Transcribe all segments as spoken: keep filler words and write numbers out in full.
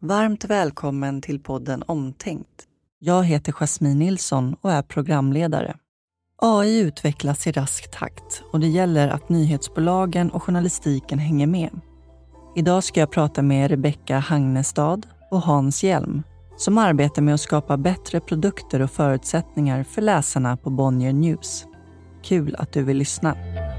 Varmt välkommen till podden Omtänkt. Jag heter Jasmine Nilsson och är programledare. A I utvecklas i rask takt och det gäller att nyhetsbolagen och journalistiken hänger med. Idag ska jag prata med Rebecka Hagnestad och Hans Hjelm som arbetar med att skapa bättre produkter och förutsättningar för läsarna på Bonnier News. Kul att du vill lyssna.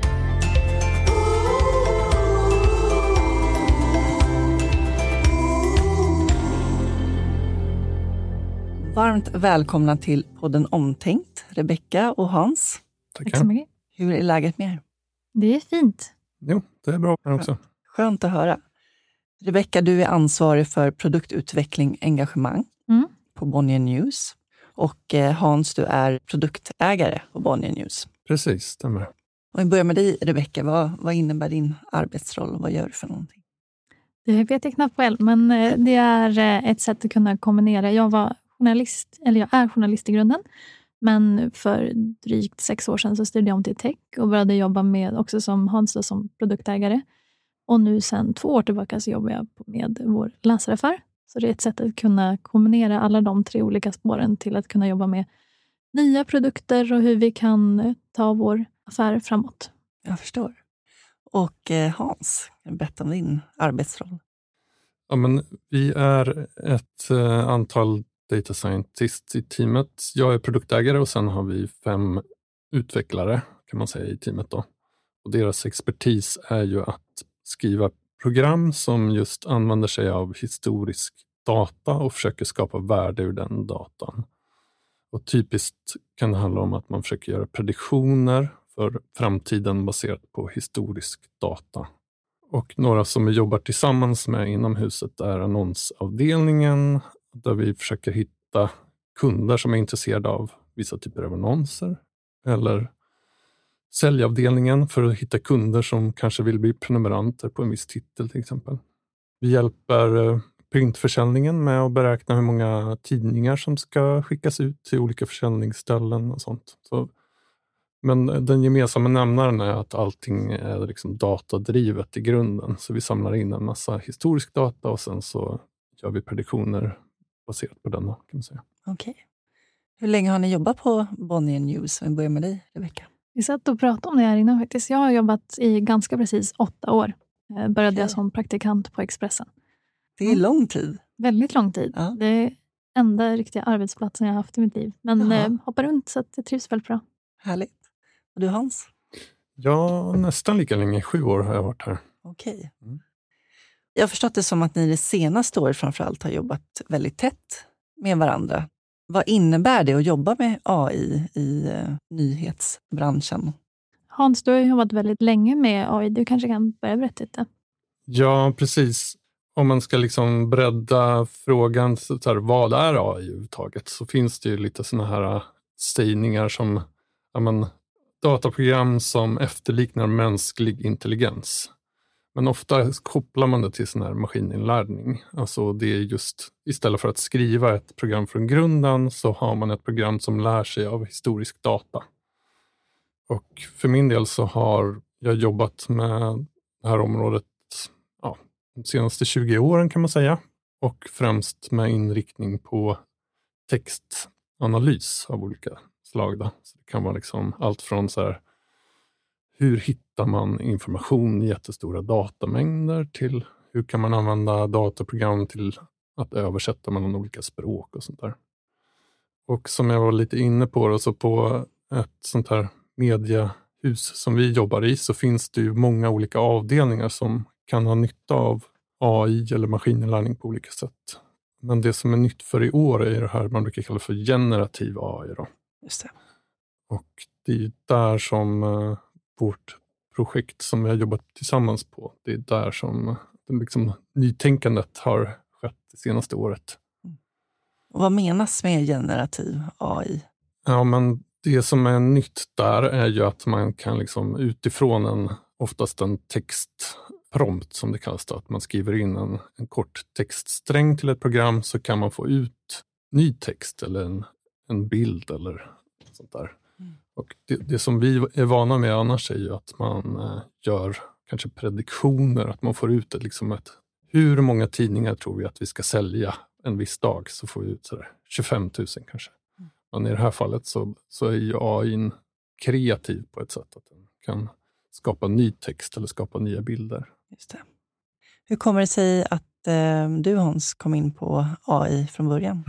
Varmt välkomna till podden Omtänkt, Rebecka och Hans. Tackar. Tack så mycket. Hur är läget med er? Det är fint. Jo, det är bra här också. Skönt att höra. Rebecka, du är ansvarig för produktutveckling engagemang mm. på Bonnier News. Och Hans, du är produktägare på Bonnier News. Precis, stämmer. Och vi börjar med dig, Rebecka. Vad, vad innebär din arbetsroll och vad gör du för någonting? Det vet jag knappt själv, men det är ett sätt att kunna kombinera. Jag var journalist, eller jag är journalist i grunden. Men för drygt sex år sedan så studerade jag om till tech och började jobba med också som Hans då, som produktägare. Och nu sedan två år tillbaka så jobbar jag med vår läsaraffär. Så det är ett sätt att kunna kombinera alla de tre olika spåren till att kunna jobba med nya produkter och hur vi kan ta vår affär framåt. Jag förstår. Och eh, Hans, berätta om din arbetsroll. Ja, men vi är ett eh, antal data scientists i teamet. Jag är produktägare och sen har vi fem utvecklare kan man säga i teamet då. Och deras expertis är ju att skriva program som just använder sig av historisk data och försöker skapa värde ur den datan. Och typiskt kan det handla om att man försöker göra prediktioner för framtiden baserat på historisk data. Och några som vi jobbar tillsammans med inom huset är annonsavdelningen där vi försöker hitta kunder som är intresserade av vissa typer av annonser. Eller säljavdelningen för att hitta kunder som kanske vill bli prenumeranter på en viss titel till exempel. Vi hjälper printförsäljningen med att beräkna hur många tidningar som ska skickas ut till olika försäljningsställen och sånt. Så, men den gemensamma nämnaren är att allting är liksom datadrivet i grunden. Så vi samlar in en massa historisk data och sen så gör vi prediktioner baserat på denna kan man säga. Okej. Okay. Hur länge har ni jobbat på Bonnier News? Vi börjar med dig, Rebecka. Vi satt och pratade om det här innan faktiskt. Jag har jobbat i ganska precis åtta år. Började okay. jag som praktikant på Expressen. Det är mm. lång tid. Väldigt lång tid. Ja. Det är enda riktiga arbetsplatsen jag har haft i mitt liv. Men eh, hoppar runt så att jag trivs väldigt bra. Härligt. Och du Hans? Ja, nästan lika länge. Sju år har jag varit här. Okej. Okay. Mm. Jag har förstått det som att ni det senaste året framförallt har jobbat väldigt tätt med varandra. Vad innebär det att jobba med A I i uh, nyhetsbranschen? Hans, du har jobbat väldigt länge med A I. Du kanske kan börja berätta lite. Ja, precis. Om man ska liksom bredda frågan så här, vad är A I överhuvudtaget så finns det ju lite såna här sägningar som ja, men, dataprogram som efterliknar mänsklig intelligens. Men ofta kopplar man det till sån här maskininlärning. Alltså det är just istället för att skriva ett program från grunden så har man ett program som lär sig av historisk data. Och för min del så har jag jobbat med det här området ja, de senaste tjugo åren kan man säga. Och främst med inriktning på textanalys av olika slag. Då. Så det kan vara liksom allt från så här hur hittar man information i jättestora datamängder till hur kan man använda dataprogram till att översätta mellan olika språk och sånt där. Och som jag var lite inne på då, så på ett sånt här mediehus som vi jobbar i så finns det ju många olika avdelningar som kan ha nytta av A I eller maskininlärning på olika sätt. Men det som är nytt för i år är det här man brukar kalla för generativ A I då. Just det. Och det är ju där som uh, vårt projekt som vi har jobbat tillsammans på, det är där som liksom, nytänkandet har skett det senaste året. Mm. Och vad menas med generativ A I? Ja, men det som är nytt där är ju att man kan liksom utifrån en, oftast en textprompt som det kallas då, att man skriver in en, en kort textsträng till ett program så kan man få ut ny text eller en, en bild eller sånt där. Mm. Och det, det som vi är vana med annars är ju att man eh, gör kanske prediktioner, att man får ut ett, liksom ett hur många tidningar tror vi att vi ska sälja en viss dag, så får vi ut sådär tjugofem tusen kanske. Mm. Men i det här fallet så, så är ju A I kreativ på ett sätt att den kan skapa ny text eller skapa nya bilder. Just det. Hur kommer det sig att eh, du, Hans, kom in på A I från början?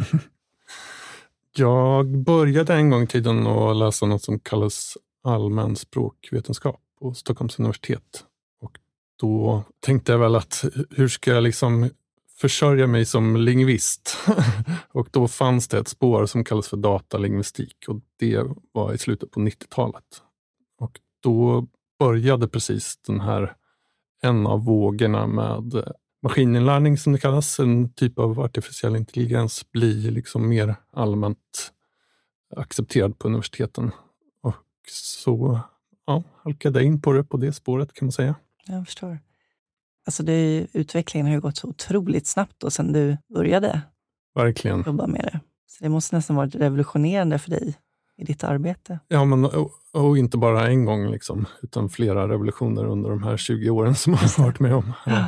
Jag började en gång i tiden att läsa något som kallas allmän språkvetenskap på Stockholms universitet. Och då tänkte jag väl att hur ska jag liksom försörja mig som lingvist? Och då fanns det ett spår som kallas för datalingvistik, och det var i slutet på nittiotalet. Och då började precis den här, en av vågorna med maskininlärning som det kallas, en typ av artificiell intelligens, blir liksom mer allmänt accepterad på universiteten. Och så ja, halkade jag in på det på det spåret, kan man säga. Jag förstår. Alltså det, utvecklingen har ju gått så otroligt snabbt då sedan du började Verkligen. jobba med det. Så det måste nästan varit revolutionerande för dig i ditt arbete. Ja, men och, och inte bara en gång liksom, utan flera revolutioner under de här tjugo åren som jag har varit med om. Ja.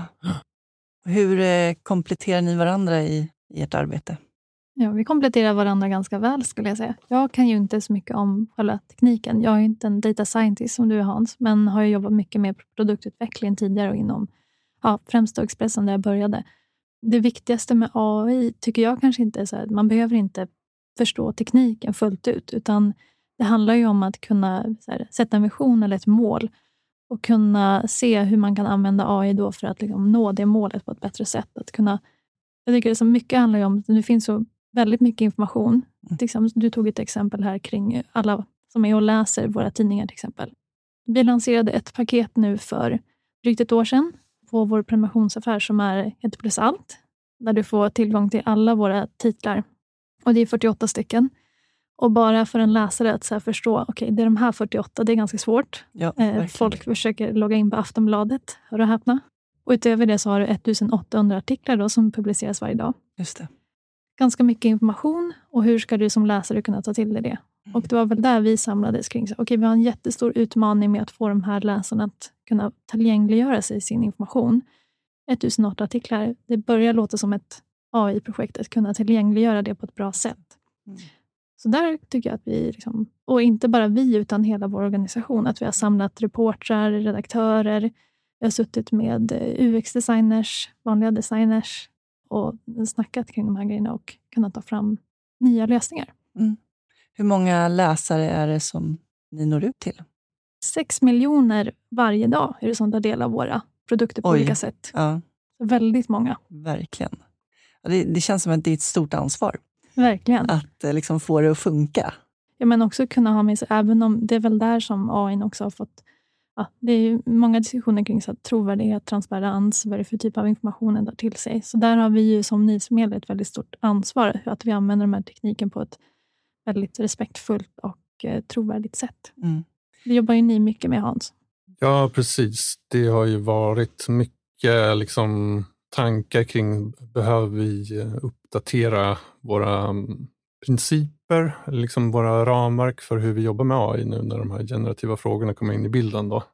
Hur eh, kompletterar ni varandra i, i ert arbete? Ja, vi kompletterar varandra ganska väl, skulle jag säga. Jag kan ju inte så mycket om själva tekniken. Jag är ju inte en data scientist som du är, Hans, men har ju jobbat mycket med produktutveckling tidigare och inom, ja, främst då Expressen där jag började. Det viktigaste med A I tycker jag kanske inte är så här, man behöver inte förstå tekniken fullt ut, utan det handlar ju om att kunna så här, sätta en vision eller ett mål och kunna se hur man kan använda A I då för att liksom nå det målet på ett bättre sätt. Att kunna, jag tycker det så mycket handlar ju om, det finns så väldigt mycket information. Till exempel, du tog ett exempel här kring alla som är och läser våra tidningar till exempel. Vi lanserade ett paket nu för drygt ett år sedan på vår prenumerationsaffär som är ett plus allt. Där du får tillgång till alla våra titlar. Och det är fyrtioåtta stycken. Och bara för en läsare att så här förstå, okej, okay, det är de här fyrtioåtta, det är ganska svårt. Ja, eh, folk försöker logga in på Aftonbladet, hör du häpna. Och utöver det så har du ettusenåttahundra artiklar då som publiceras varje dag. Just det. Ganska mycket information, och hur ska du som läsare kunna ta till dig det? Mm. Och det var väl där vi samlades kring. Okej, okay, vi har en jättestor utmaning med att få de här läsarna att kunna tillgängliggöra sig sin information. ettusenåtta artiklar, det börjar låta som ett A I-projekt att kunna tillgängliggöra det på ett bra sätt. Mm. Så där tycker jag att vi, liksom, och inte bara vi utan hela vår organisation, att vi har samlat reportrar, redaktörer, vi har suttit med U X-designers, vanliga designers och snackat kring de här grejerna och kunnat ta fram nya lösningar. Mm. Hur många läsare är det som ni når ut till? Sex miljoner varje dag är det som tar del av våra produkter på Oj. olika sätt. Ja. Väldigt många. Verkligen. Det, det känns som att det är ett stort ansvar. Verkligen. Att liksom få det att funka. Ja, men också kunna ha med sig, även om det är väl där som A I också har fått, ja, det är ju många diskussioner kring så att trovärdighet, transparens, vad är det för typ av information den tar till sig. Så där har vi ju som nyhetsmedel ett väldigt stort ansvar att vi använder den här tekniken på ett väldigt respektfullt och eh, trovärdigt sätt. Mm. Det jobbar ju ni mycket med, Hans. Ja, precis. Det har ju varit mycket liksom tankar kring, behöver vi uppdatera våra principer, liksom våra ramverk för hur vi jobbar med A I nu när de här generativa frågorna kommer in i bilden då.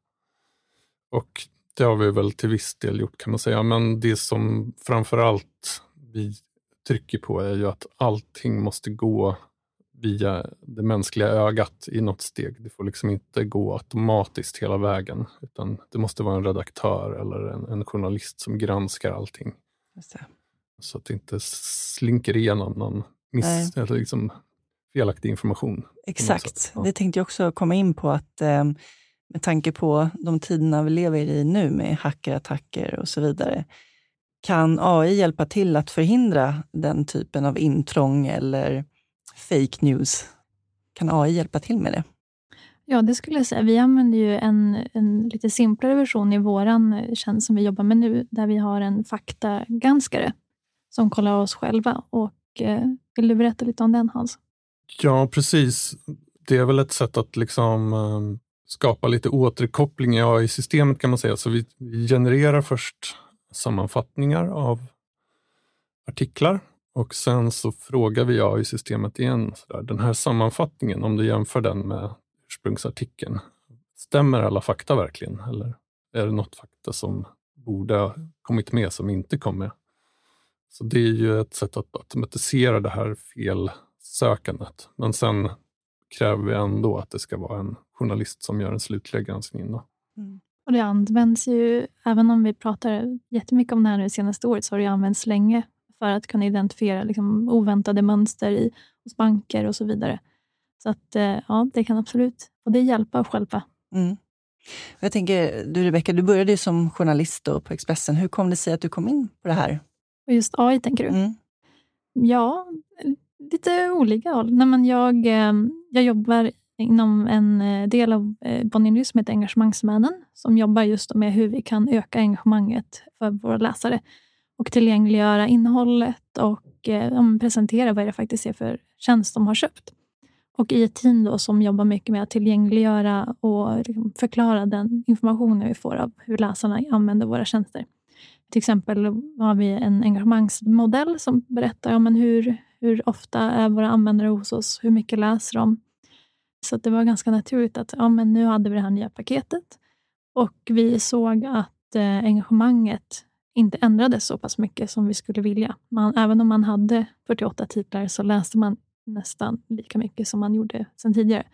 Och det har vi väl till viss del gjort, kan man säga, men det som framförallt vi trycker på är ju att allting måste gå via det mänskliga ögat i något steg. Det får liksom inte gå automatiskt hela vägen, utan det måste vara en redaktör eller en, en journalist som granskar allting. Just det. Så att det inte slinker igenom någon miss, eller liksom felaktig information. Exakt, ja. Det tänkte jag också komma in på, att eh, med tanke på de tiderna vi lever i nu med hackerattacker och så vidare, kan A I hjälpa till att förhindra den typen av intrång eller fake news? Kan A I hjälpa till med det? Ja, det skulle jag säga. Vi använder ju en, en lite simplare version i våran tjänst som vi jobbar med nu, där vi har en faktagranskare som kollar oss själva. Och eh, vill du berätta lite om den, Hans? Ja, precis. Det är väl ett sätt att liksom um, skapa lite återkoppling i A I-systemet, kan man säga. Så vi, vi genererar först sammanfattningar av artiklar. Och sen så frågar vi A I-systemet igen, så där, den här sammanfattningen, om du jämför den med ursprungsartikeln, stämmer alla fakta verkligen? Eller är det något fakta som borde ha kommit med som inte kom med. Så det är ju ett sätt att automatisera det här felsökandet. Men sen kräver vi ändå att det ska vara en journalist som gör en slutlig granskning. Då. Mm. Och det används ju, även om vi pratar jättemycket om det här nu det senaste året, så har det använts länge för att kunna identifiera liksom, oväntade mönster i, hos banker och så vidare. Så att ja, det kan absolut, och det hjälpa och hjälpa. Mm. Jag tänker, du Rebecka, du började ju som journalist då på Expressen. Hur kom det sig att du kom in på det här? Och just A I tänker du? Mm. Ja, lite olika håll. Nej, men jag, jag jobbar inom en del av Bonnier som heter Engagemangsmännen, som jobbar just med hur vi kan öka engagemanget för våra läsare och tillgängliggöra innehållet och eh, presentera vad det faktiskt är för tjänst de har köpt. Och i ett team då som jobbar mycket med att tillgängliggöra och liksom förklara den informationen vi får av hur läsarna använder våra tjänster. Till exempel har vi en engagemangsmodell som berättar ja, men hur, hur ofta är våra användare hos oss, hur mycket läser de. Så att det var ganska naturligt att ja, men nu hade vi det här nya paketet och vi såg att eh, engagemanget inte ändrades så pass mycket som vi skulle vilja. Man, även om man hade fyrtioåtta titlar så läste man nästan lika mycket som man gjorde sedan tidigare.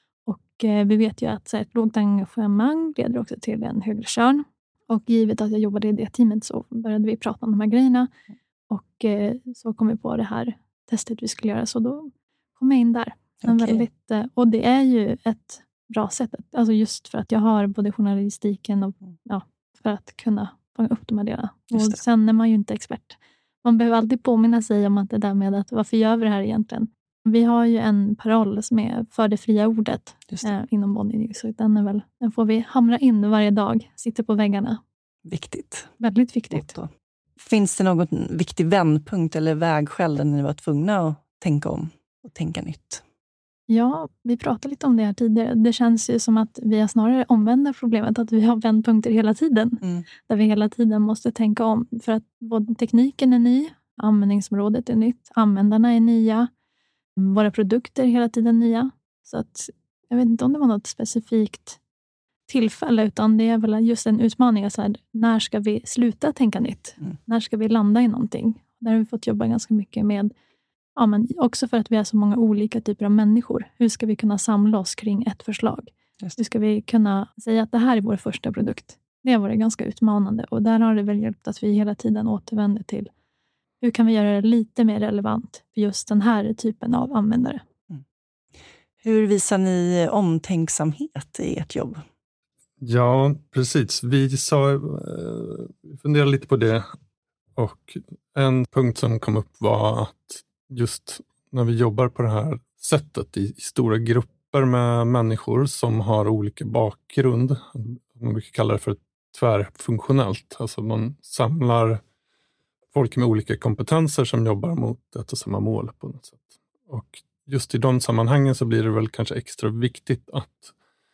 Och eh, vi vet ju att så här, ett lågt engagemang leder också till en högre körn. Och givet att jag jobbade i det teamet så började vi prata om de här grejerna. Och eh, så kom vi på det här testet vi skulle göra. Så då kom jag in där. Men Okay. väldigt, eh, och det är ju ett bra sätt. Att, alltså just för att jag har både journalistiken och ja, för att kunna fånga upp de här delarna. Och sen är man ju inte expert. Man behöver alltid påminna sig om att det där med att varför gör vi det här egentligen? Vi har ju en paroll som är för det fria ordet det. Eh, inom Bonnier. Så den, är väl, den får vi hamra in varje dag. Sitter på väggarna. Viktigt. Väldigt viktigt. Finns det någon viktig vändpunkt eller vägskäl där ni var tvungna att tänka om och tänka nytt? Ja, vi pratade lite om det här tidigare. Det känns ju som att vi har snarare omvända problemet. Att vi har vändpunkter hela tiden. Mm. Där vi hela tiden måste tänka om. För att både tekniken är ny. Användningsområdet är nytt. Användarna är nya. Våra produkter är hela tiden nya. Så att jag vet inte om det var något specifikt tillfälle. Utan det är väl just en utmaning. Så här, när ska vi sluta tänka nytt? Mm. När ska vi landa i någonting? Där har vi fått jobba ganska mycket med. Ja, men också för att vi är så många olika typer av människor. Hur ska vi kunna samla oss kring ett förslag? Hur ska vi kunna säga att det här är vår första produkt? Det har varit ganska utmanande. Och där har det väl hjälpt att vi hela tiden återvänder till hur kan vi göra det lite mer relevant för just den här typen av användare. Mm. Hur visar ni omtänksamhet i ert jobb? Ja, precis. Vi sa, eh, funderade lite på det. Och en punkt som kom upp var att just när vi jobbar på det här sättet i, i stora grupper med människor som har olika bakgrund, man brukar kalla det för tvärfunktionellt, alltså man samlar folk med olika kompetenser som jobbar mot ett och samma mål på något sätt. Och just i de sammanhangen så blir det väl kanske extra viktigt att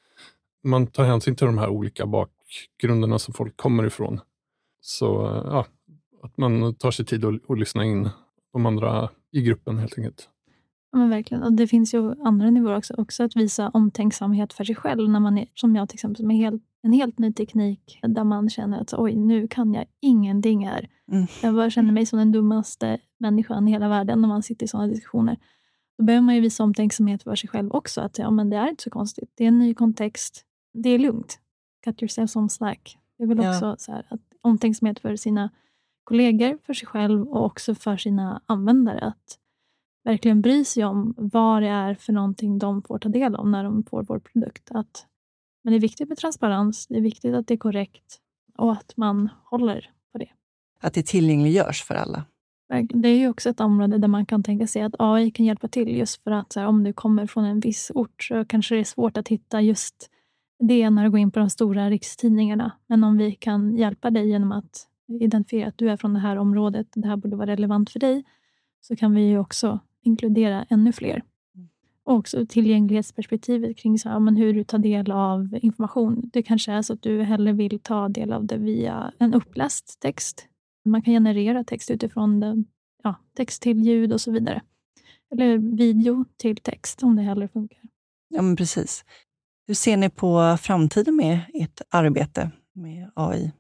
man tar hänsyn till de här olika bakgrunderna som folk kommer ifrån. Så ja, att man tar sig tid att, att lyssna in de andra i gruppen helt enkelt. Ja, men verkligen. Och det finns ju andra nivåer också. Också att visa omtänksamhet för sig själv. När man är, som jag till exempel, med helt, en helt ny teknik. Där man känner att oj, nu kan jag ingenting här. Mm. Jag bara känner mig som den dummaste människan i hela världen när man sitter i sådana diskussioner. Då behöver man ju visa omtänksamhet för sig själv också. Att ja, men det är inte så konstigt. Det är en ny kontext. Det är lugnt. Cut yourself some slack. Det är väl också ja. så här, att omtänksamhet för sina kollegor, för sig själv och också för sina användare. Att verkligen bry sig om vad det är för någonting de får ta del av när de får vår produkt. Att, men det är viktigt med transparens, det är viktigt att det är korrekt och att man håller på det. Att det tillgängliggörs för alla. Det är ju också ett område där man kan tänka sig att A I kan hjälpa till just för att så här, om du kommer från en viss ort så kanske det är svårt att hitta just det när du går in på de stora rikstidningarna. Men om vi kan hjälpa dig genom att identifiera att du är från det här området, det här borde vara relevant för dig, så kan vi ju också inkludera ännu fler. Mm. Och också tillgänglighetsperspektivet kring så här, men hur du tar del av information. Det kanske är så att du hellre vill ta del av det via en uppläst text. Man kan generera text utifrån den, ja, text till ljud och så vidare. Eller video till text om det hellre funkar. Ja, men precis. Hur ser ni på framtiden med ert arbete med A I?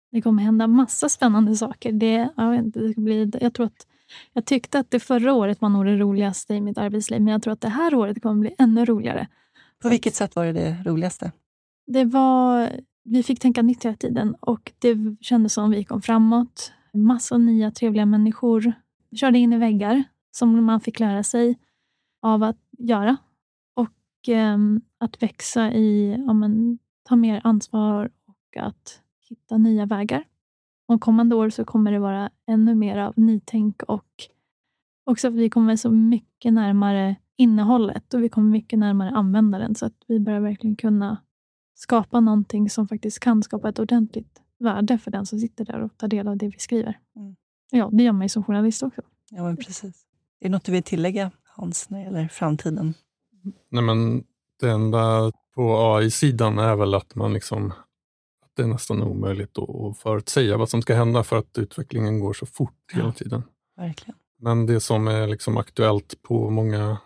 Det kommer hända massa spännande saker. Det, jag, vet inte, det ska bli, jag, tror att, jag tyckte att det förra året var nog det roligaste i mitt arbetsliv. Men jag tror att det här året kommer bli ännu roligare. På vilket sätt var det det roligaste? Det var, vi fick tänka nytt hela tiden. Och det kändes som vi kom framåt. Massa nya trevliga människor. Vi körde in i väggar som man fick lära sig av att göra. Och eh, att växa i, ja, men, ta mer ansvar och att hitta nya vägar. Och kommande år så kommer det vara ännu mer av nytänk och också att vi kommer så mycket närmare innehållet och vi kommer mycket närmare användaren så att vi börjar verkligen kunna skapa någonting som faktiskt kan skapa ett ordentligt värde för den som sitter där och tar del av det vi skriver. Mm. Ja, det gör mig som journalist också. Ja, men precis. Är det något du vill tillägga, Hans, när det gäller framtiden? Nej, men det enda på A I-sidan är väl att man liksom det är nästan omöjligt att förutsäga vad som ska hända för att utvecklingen går så fort hela ja, tiden. Verkligen. Men det som är liksom aktuellt på många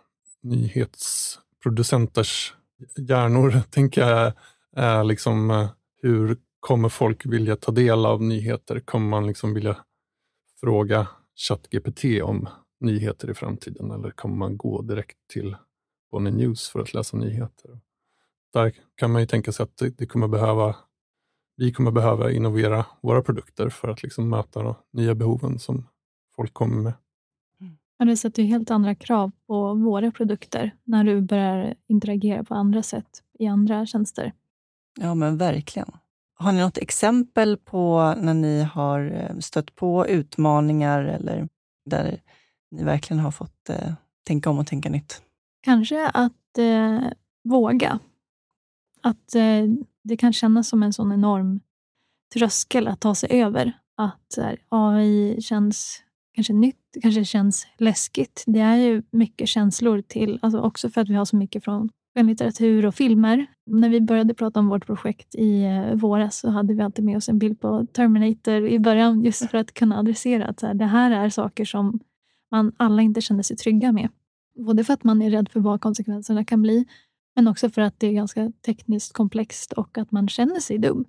nyhetsproducenters hjärnor tänker jag är liksom hur kommer folk vilja ta del av nyheter? Kommer man liksom vilja fråga ChatGPT om nyheter i framtiden eller kommer man gå direkt till Bonnie News för att läsa nyheter? Där kan man ju tänka sig att det, det kommer behöva vi kommer behöva innovera våra produkter för att liksom möta de nya behoven som folk kommer med. Ja, det sätter ju helt andra krav på våra produkter när du börjar interagera på andra sätt i andra tjänster. Ja, men verkligen. Har ni något exempel på när ni har stött på utmaningar eller där ni verkligen har fått eh, tänka om och tänka nytt? Kanske att eh, våga. Att eh, det kan kännas som en sån enorm tröskel att ta sig över. Att här, A I känns kanske nytt, kanske känns läskigt. Det är ju mycket känslor till, alltså också för att vi har så mycket från litteratur och filmer. När vi började prata om vårt projekt i eh, våras så hade vi alltid med oss en bild på Terminator i början just för att kunna adressera att så här, det här är saker som man alla inte känner sig trygga med. Både för att man är rädd för vad konsekvenserna kan bli men också för att det är ganska tekniskt komplext och att man känner sig dum.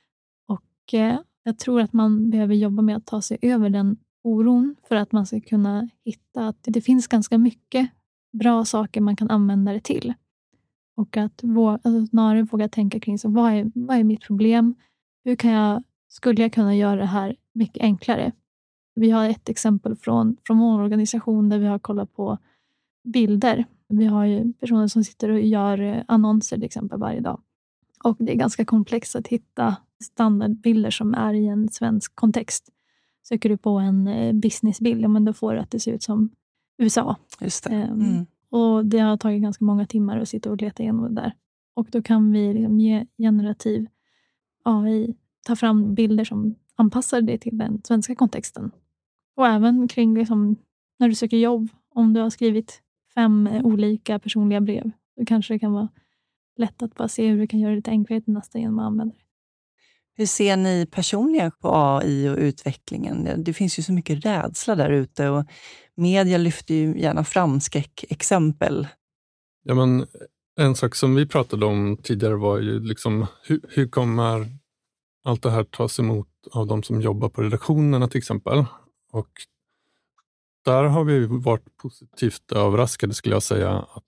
Och eh, jag tror att man behöver jobba med att ta sig över den oron för att man ska kunna hitta att det finns ganska mycket bra saker man kan använda det till. Och att våga, alltså snarare våga tänka kring så vad är, vad är mitt problem? Hur kan jag, skulle jag kunna göra det här mycket enklare? Vi har ett exempel från, från vår organisation där vi har kollat på bilder. Vi har ju personer som sitter och gör annonser till exempel varje dag. Och det är ganska komplext att hitta standardbilder som är i en svensk kontext. Söker du på en businessbild, men då får du att det ser ut som U S A. Just det. Mm. Och det har tagit ganska många timmar att sitta och leta igenom det där. Och då kan vi liksom ge generativ A I ta fram bilder som anpassar det till den svenska kontexten. Och även kring liksom, när du söker jobb, om du har skrivit fem olika personliga brev, då kanske det kan vara lätt att bara se hur du kan göra det lite enklare till nästa genom att använda det. Hur ser ni personligen på A I och utvecklingen? Det finns ju så mycket rädsla där ute och media lyfter ju gärna fram skräckexempel. Ja, men en sak som vi pratade om tidigare var ju liksom hur, hur kommer allt det här tas emot av de som jobbar på redaktionerna till exempel. Och där har vi varit positivt överraskade skulle jag säga att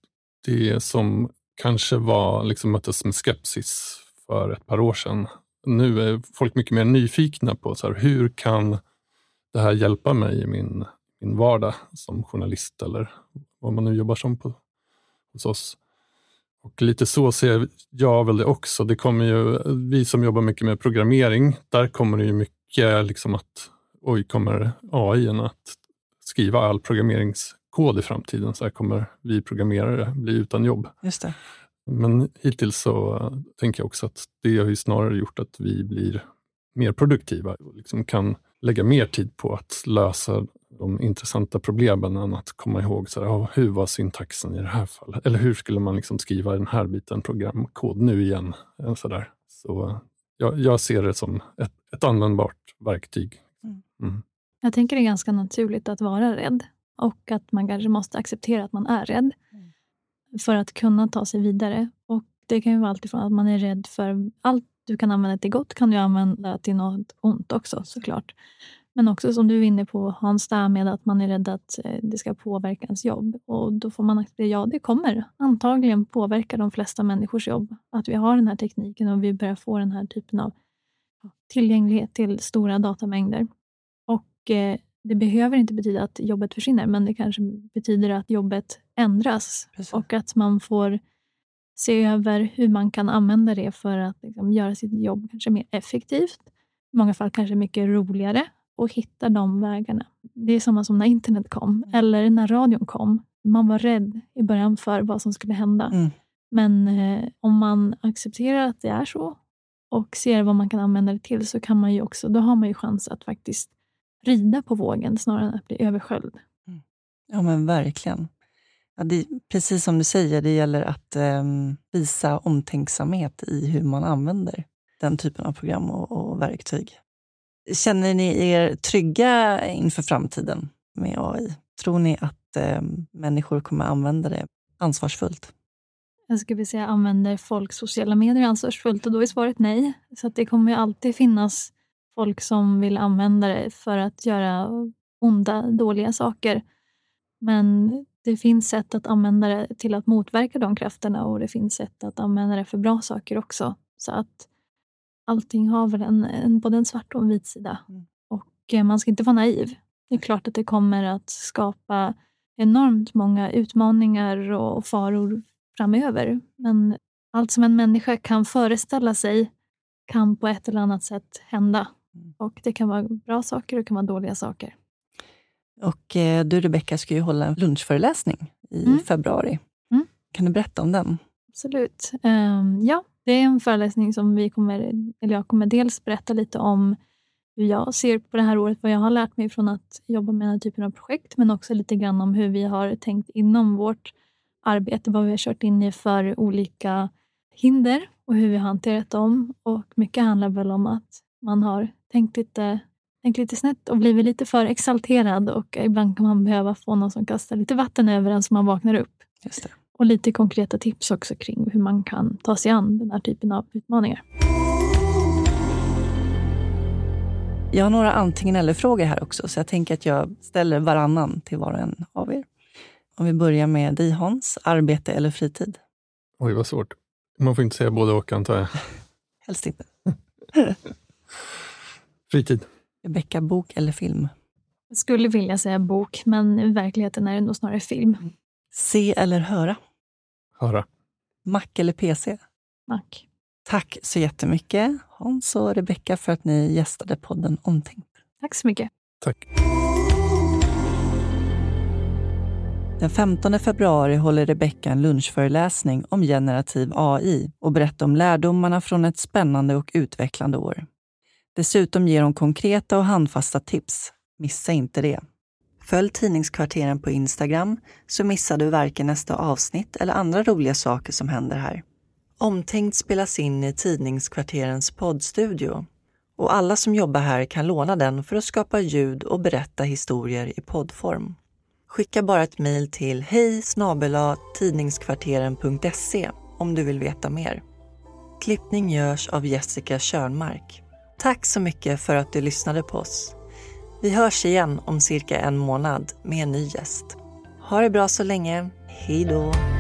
det som kanske var liksom möttes med skepsis för ett par år sedan. Nu är folk mycket mer nyfikna på så här, hur kan det här hjälpa mig i min, min vardag som journalist eller vad man nu jobbar som på, hos oss. Och lite så ser jag väl det också. Det kommer ju, vi som jobbar mycket med programmering, där kommer det ju mycket liksom att oj, kommer A I att skriva all programmeringskod i framtiden så här kommer vi programmerare bli utan jobb. Just det. Men hittills så uh, tänker jag också att det har ju snarare gjort att vi blir mer produktiva och liksom kan lägga mer tid på att lösa de intressanta problemen än att komma ihåg så här, oh, hur var syntaxen i det här fallet? Eller hur skulle man liksom skriva den här biten programkod nu igen? Så, där. så uh, jag, jag ser det som ett, ett användbart verktyg. Mm. Jag tänker det är ganska naturligt att vara rädd och att man kanske måste acceptera att man är rädd. För att kunna ta sig vidare. Och det kan ju vara allt ifrån att man är rädd för allt du kan använda det till gott, kan du använda till något ont också såklart. Men också som du är inne på, Hans, där med att man är rädd att det ska påverka ens jobb. Och då får man acceptera, ja det kommer antagligen påverka de flesta människors jobb. Att vi har den här tekniken och vi börjar få den här typen av tillgänglighet till stora datamängder. Och eh, det behöver inte betyda att jobbet försvinner, men det kanske betyder att jobbet ändras. Precis. Och att man får se över hur man kan använda det för att liksom, göra sitt jobb kanske mer effektivt. I många fall kanske mycket roligare. Och hitta de vägarna. Det är samma som när internet kom. Eller när radion kom. Man var rädd i början för vad som skulle hända. Mm. Men eh, om man accepterar att det är så. Och ser vad man kan använda det till. Så kan man ju också, då har man ju chans att faktiskt rida på vågen. Snarare än att bli översköljd. Mm. Ja men verkligen. Ja, det, precis som du säger. Det gäller att eh, visa omtänksamhet i hur man använder den typen av program och, och verktyg. Känner ni er trygga inför framtiden med A I? Tror ni att eh, människor kommer använda det ansvarsfullt? Jag skulle vilja säga använder folk sociala medier ansvarsfullt och då är svaret nej. Så att det kommer ju alltid finnas folk som vill använda det för att göra onda, dåliga saker. Men det finns sätt att använda det till att motverka de krafterna och det finns sätt att använda det för bra saker också. Så att allting har väl en, en, både en svart och en vit sida. Mm. Och eh, man ska inte vara naiv. Det är klart att det kommer att skapa enormt många utmaningar och faror framöver. Men allt som en människa kan föreställa sig kan på ett eller annat sätt hända. Mm. Och det kan vara bra saker och det kan vara dåliga saker. Och eh, du Rebecka ska ju hålla en lunchföreläsning i mm. februari. Mm. Kan du berätta om den? Absolut. Um, ja. Det är en föreläsning som vi kommer, eller jag kommer dels berätta lite om hur jag ser på det här året, vad jag har lärt mig från att jobba med den här typen av projekt, men också lite grann om hur vi har tänkt inom vårt arbete, vad vi har kört in i för olika hinder och hur vi har hanterat dem. Och mycket handlar väl om att man har tänkt lite, tänkt lite snett och blivit lite för exalterad och ibland kan man behöva få någon som kastar lite vatten över en så man vaknar upp. Just det. Och lite konkreta tips också kring hur man kan ta sig an den här typen av utmaningar. Jag har några antingen eller frågor här också. Så jag tänker att jag ställer varannan till var och en av er. Om vi börjar med dig Hans, arbete eller fritid? Oj vad svårt. Man får inte säga både och antar jag. Helst inte. Fritid. Rebecka, bok eller film? Jag skulle vilja säga bok, men i verkligheten är det nog snarare film. Mm. Se eller höra? Höra. Mac eller P C? Mac. Tack så jättemycket Hans och Rebecka för att ni gästade podden Omtänkt. Tack så mycket. Tack. Den femtonde februari håller Rebecka en lunchföreläsning om generativ A I och berättar om lärdomarna från ett spännande och utvecklande år. Dessutom ger hon konkreta och handfasta tips. Missa inte det. Följ Tidningskvarteren på Instagram så missar du varken nästa avsnitt eller andra roliga saker som händer här. Omtänkt spelas in i Tidningskvarterens poddstudio och alla som jobbar här kan låna den för att skapa ljud och berätta historier i poddform. Skicka bara ett mejl till hej snabel-a tidningskvarteren punkt se om du vill veta mer. Klippning görs av Jessica Körnmark. Tack så mycket för att du lyssnade på oss. Vi hörs igen om cirka en månad med en ny gäst. Ha det bra så länge. Hej då!